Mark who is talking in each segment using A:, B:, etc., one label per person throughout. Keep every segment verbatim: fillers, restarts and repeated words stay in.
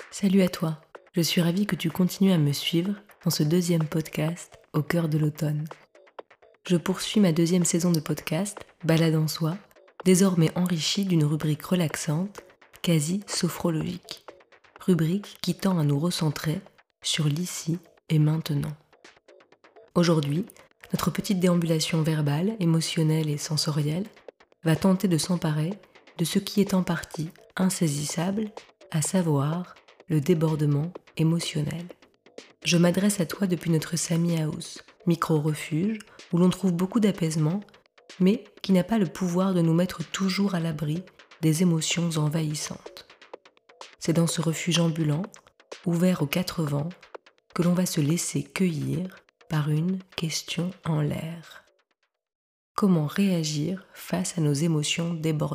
A: Salut à toi, je suis ravie que tu continues à me suivre dans ce deuxième podcast au cœur de l'automne. Je poursuis ma deuxième saison de podcast, Balade en soi, désormais enrichie d'une rubrique relaxante, quasi sophrologique. Rubrique qui tend à nous recentrer sur l'ici et maintenant. Aujourd'hui, notre petite déambulation verbale, émotionnelle et sensorielle va tenter de s'emparer de ce qui est en partie insaisissable, à savoir le débordement émotionnel. Je m'adresse à toi depuis notre Sammy House, micro-refuge où l'on trouve beaucoup d'apaisement, mais qui n'a pas le pouvoir de nous mettre toujours à l'abri des émotions envahissantes. C'est dans ce refuge ambulant, ouvert aux quatre vents, que l'on va se laisser cueillir par une question en l'air. Comment réagir face à nos émotions débordantes ?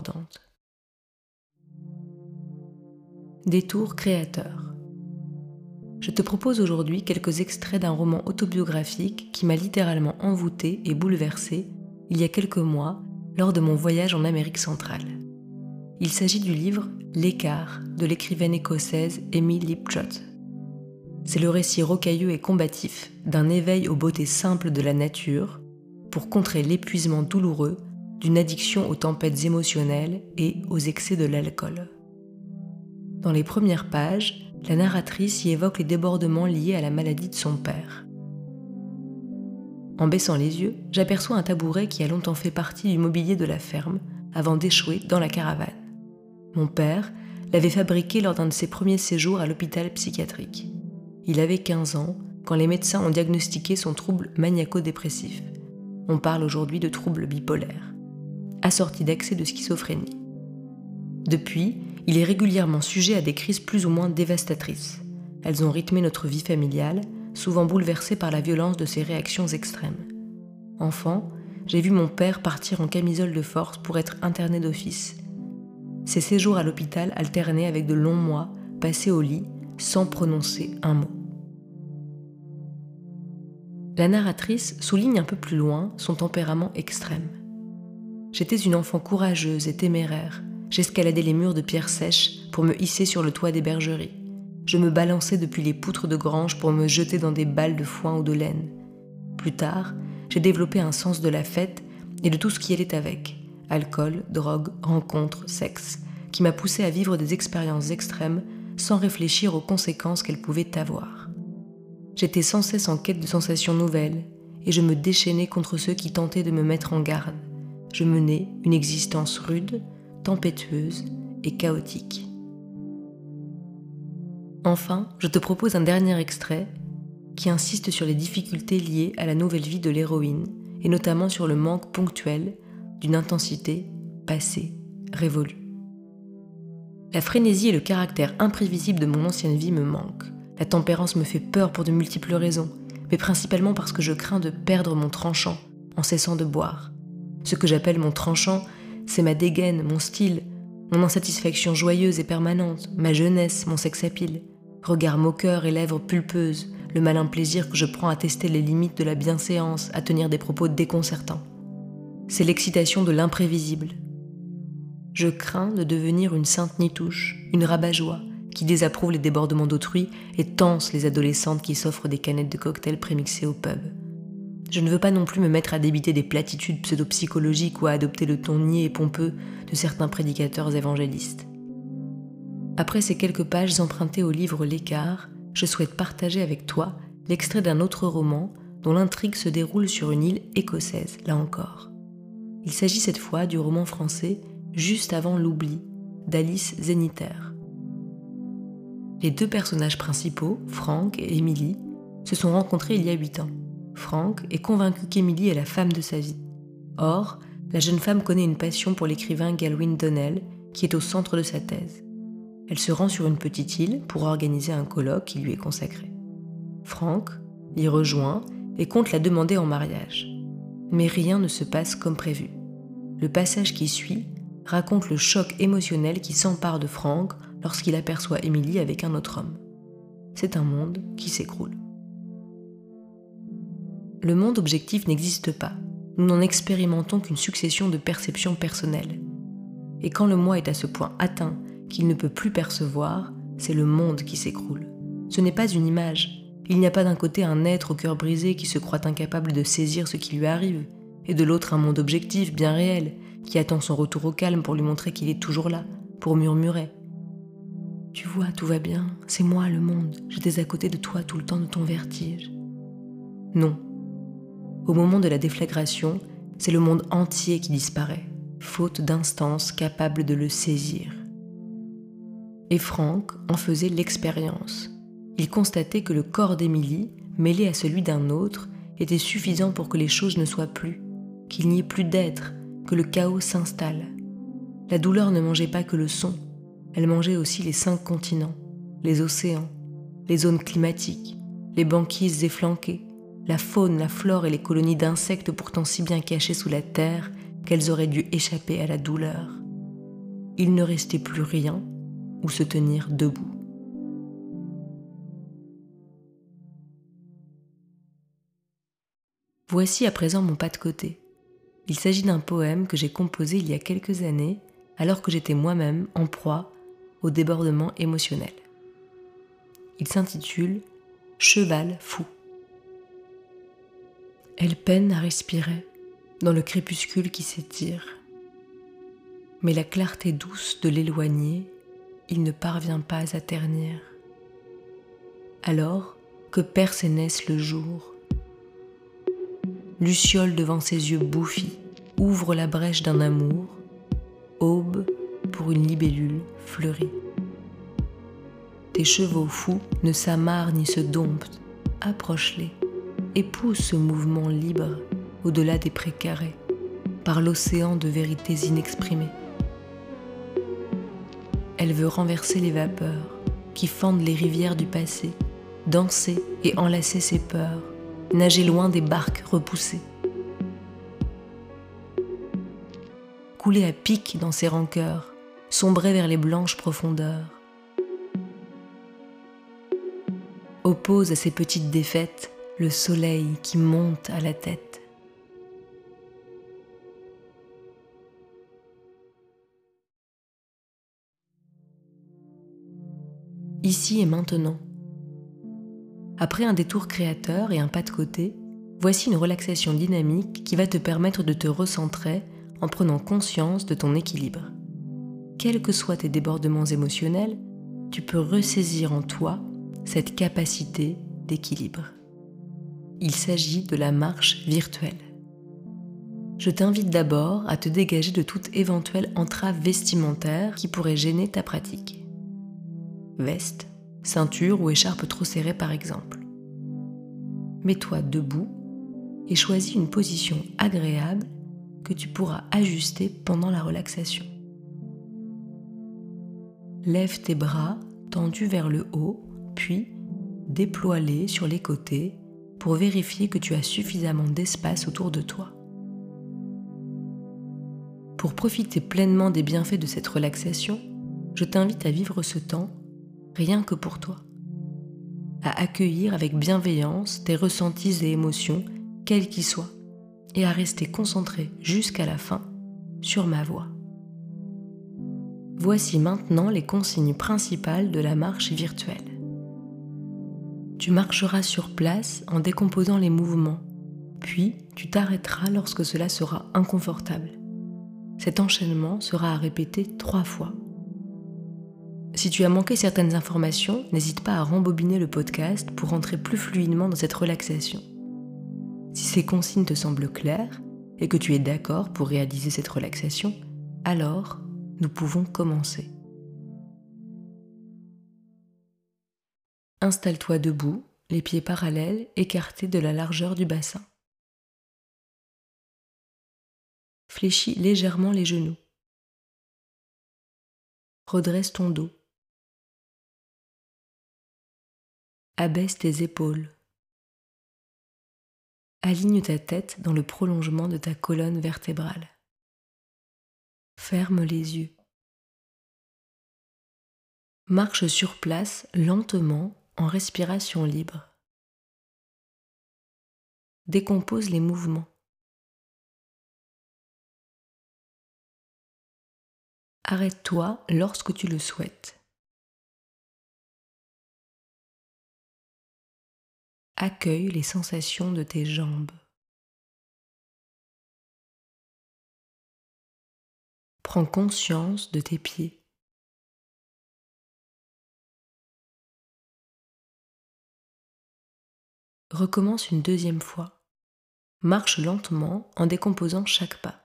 A: Détour créateur. Je te propose aujourd'hui quelques extraits d'un roman autobiographique qui m'a littéralement envoûtée et bouleversée il y a quelques mois lors de mon voyage en Amérique centrale. Il s'agit du livre « L'écart » de l'écrivaine écossaise Amy Liptrot. C'est le récit rocailleux et combatif d'un éveil aux beautés simples de la nature pour contrer l'épuisement douloureux d'une addiction aux tempêtes émotionnelles et aux excès de l'alcool. Dans les premières pages, la narratrice y évoque les débordements liés à la maladie de son père. En baissant les yeux, j'aperçois un tabouret qui a longtemps fait partie du mobilier de la ferme avant d'échouer dans la caravane. Mon père l'avait fabriqué lors d'un de ses premiers séjours à l'hôpital psychiatrique. Il avait quinze ans quand les médecins ont diagnostiqué son trouble maniaco-dépressif. On parle aujourd'hui de trouble bipolaire, assorti d'accès de schizophrénie. Depuis, il est régulièrement sujet à des crises plus ou moins dévastatrices. Elles ont rythmé notre vie familiale, souvent bouleversée par la violence de ses réactions extrêmes. Enfant, j'ai vu mon père partir en camisole de force pour être interné d'office. Ses séjours à l'hôpital alternaient avec de longs mois passés au lit sans prononcer un mot. La narratrice souligne un peu plus loin son tempérament extrême. J'étais une enfant courageuse et téméraire. J'escaladais les murs de pierre sèche pour me hisser sur le toit des bergeries. Je me balançais depuis les poutres de grange pour me jeter dans des balles de foin ou de laine. Plus tard, j'ai développé un sens de la fête et de tout ce qui allait avec. Alcool, drogue, rencontres, sexe, qui m'a poussé à vivre des expériences extrêmes sans réfléchir aux conséquences qu'elles pouvaient avoir. J'étais sans cesse en quête de sensations nouvelles et je me déchaînais contre ceux qui tentaient de me mettre en garde. Je menais une existence rude, tempétueuse et chaotique. Enfin, je te propose un dernier extrait qui insiste sur les difficultés liées à la nouvelle vie de l'héroïne et notamment sur le manque ponctuel d'une intensité passée, révolue. La frénésie et le caractère imprévisible de mon ancienne vie me manquent. La tempérance me fait peur pour de multiples raisons, mais principalement parce que je crains de perdre mon tranchant en cessant de boire. Ce que j'appelle mon tranchant, c'est ma dégaine, mon style, mon insatisfaction joyeuse et permanente, ma jeunesse, mon sex-appeal, regard moqueur et lèvres pulpeuses, le malin plaisir que je prends à tester les limites de la bienséance, à tenir des propos déconcertants. C'est l'excitation de l'imprévisible. Je crains de devenir une sainte nitouche, une rabat-joie, qui désapprouve les débordements d'autrui et tense les adolescentes qui s'offrent des canettes de cocktails prémixées au pub. Je ne veux pas non plus me mettre à débiter des platitudes pseudo-psychologiques ou à adopter le ton niais et pompeux de certains prédicateurs évangélistes. Après ces quelques pages empruntées au livre L'écart, je souhaite partager avec toi l'extrait d'un autre roman dont l'intrigue se déroule sur une île écossaise, là encore. Il s'agit cette fois du roman français Juste avant l'oubli, d'Alice Zeniter. Les deux personnages principaux, Frank et Emily, se sont rencontrés il y a huit ans. Frank est convaincu qu'Emily est la femme de sa vie. Or, la jeune femme connaît une passion pour l'écrivain Galwin Donnell, qui est au centre de sa thèse. Elle se rend sur une petite île pour organiser un colloque qui lui est consacré. Frank l'y rejoint et compte la demander en mariage. Mais rien ne se passe comme prévu. Le passage qui suit raconte le choc émotionnel qui s'empare de Frank lorsqu'il aperçoit Emily avec un autre homme. C'est un monde qui s'écroule. Le monde objectif n'existe pas. Nous n'en expérimentons qu'une succession de perceptions personnelles. Et quand le moi est à ce point atteint qu'il ne peut plus percevoir, c'est le monde qui s'écroule. Ce n'est pas une image. Il n'y a pas d'un côté un être au cœur brisé qui se croit incapable de saisir ce qui lui arrive, et de l'autre un monde objectif, bien réel, qui attend son retour au calme pour lui montrer qu'il est toujours là, pour murmurer. Tu vois, tout va bien, c'est moi le monde, j'étais à côté de toi tout le temps de ton vertige. Non. Au moment de la déflagration, c'est le monde entier qui disparaît, faute d'instance capable de le saisir. Et Franck en faisait l'expérience. Il constatait que le corps d'Émilie, mêlé à celui d'un autre, était suffisant pour que les choses ne soient plus, qu'il n'y ait plus d'être, que le chaos s'installe. La douleur ne mangeait pas que le son, elle mangeait aussi les cinq continents, les océans, les zones climatiques, les banquises efflanquées, la faune, la flore et les colonies d'insectes pourtant si bien cachées sous la terre qu'elles auraient dû échapper à la douleur. Il ne restait plus rien où se tenir debout. Voici à présent mon pas de côté. Il s'agit d'un poème que j'ai composé il y a quelques années, alors que j'étais moi-même en proie au débordement émotionnel. Il s'intitule « Cheval fou ». Elle peine à respirer dans le crépuscule qui s'étire. Mais la clarté douce de l'éloigné, il ne parvient pas à ternir. Alors que perce et naisse le jour, Luciole devant ses yeux bouffis, ouvre la brèche d'un amour, aube pour une libellule fleurie. Tes chevaux fous ne s'amarrent ni se domptent, approche-les, épouse ce mouvement libre au-delà des précarés, par l'océan de vérités inexprimées. Elle veut renverser les vapeurs qui fendent les rivières du passé, danser et enlacer ses peurs, nager loin des barques repoussées. Couler à pic dans ses rancœurs, sombrer vers les blanches profondeurs. Oppose à ces petites défaites le soleil qui monte à la tête. Ici et maintenant. Après un détour créateur et un pas de côté, voici une relaxation dynamique qui va te permettre de te recentrer en prenant conscience de ton équilibre. Quels que soient tes débordements émotionnels, tu peux ressaisir en toi cette capacité d'équilibre. Il s'agit de la marche virtuelle. Je t'invite d'abord à te dégager de toute éventuelle entrave vestimentaire qui pourrait gêner ta pratique. Veste, ceinture ou écharpe trop serrée par exemple. Mets-toi debout et choisis une position agréable que tu pourras ajuster pendant la relaxation. Lève tes bras tendus vers le haut, puis déploie-les sur les côtés pour vérifier que tu as suffisamment d'espace autour de toi. Pour profiter pleinement des bienfaits de cette relaxation, je t'invite à vivre ce temps rien que pour toi, à accueillir avec bienveillance tes ressentis et émotions, quels qu'ils soient, et à rester concentré jusqu'à la fin sur ma voix. Voici maintenant les consignes principales de la marche virtuelle. Tu marcheras sur place en décomposant les mouvements, puis tu t'arrêteras lorsque cela sera inconfortable. Cet enchaînement sera à répéter trois fois. Si tu as manqué certaines informations, n'hésite pas à rembobiner le podcast pour rentrer plus fluidement dans cette relaxation. Si ces consignes te semblent claires et que tu es d'accord pour réaliser cette relaxation, alors nous pouvons commencer. Installe-toi debout, les pieds parallèles, écartés de la largeur du bassin. Fléchis légèrement les genoux. Redresse ton dos. Abaisse tes épaules. Aligne ta tête dans le prolongement de ta colonne vertébrale. Ferme les yeux. Marche sur place lentement en respiration libre. Décompose les mouvements. Arrête-toi lorsque tu le souhaites. Accueille les sensations de tes jambes. Prends conscience de tes pieds. Recommence une deuxième fois. Marche lentement en décomposant chaque pas.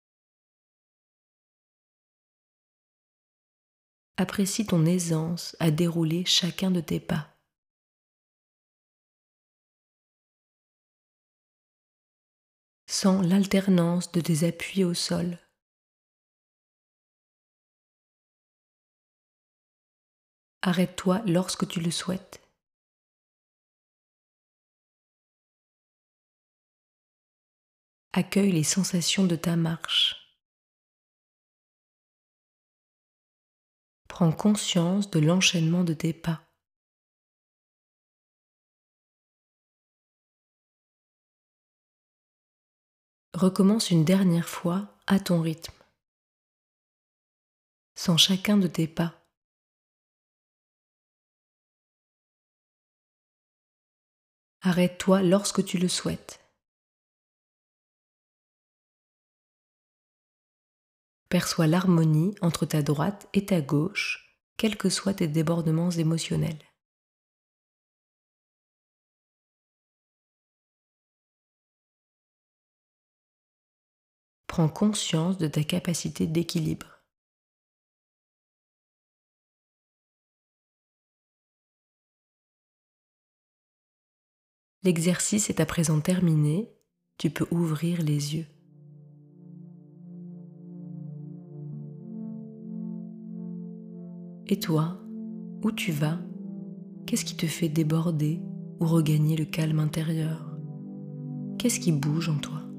A: Apprécie ton aisance à dérouler chacun de tes pas. Sens l'alternance de tes appuis au sol. Arrête-toi lorsque tu le souhaites. Accueille les sensations de ta marche. Prends conscience de l'enchaînement de tes pas. Recommence une dernière fois à ton rythme. Sens chacun de tes pas. Arrête-toi lorsque tu le souhaites. Perçois l'harmonie entre ta droite et ta gauche, quels que soient tes débordements émotionnels. Prends conscience de ta capacité d'équilibre. L'exercice est à présent terminé, tu peux ouvrir les yeux. Et toi, où tu vas? Qu'est-ce qui te fait déborder ou regagner le calme intérieur? Qu'est-ce qui bouge en toi?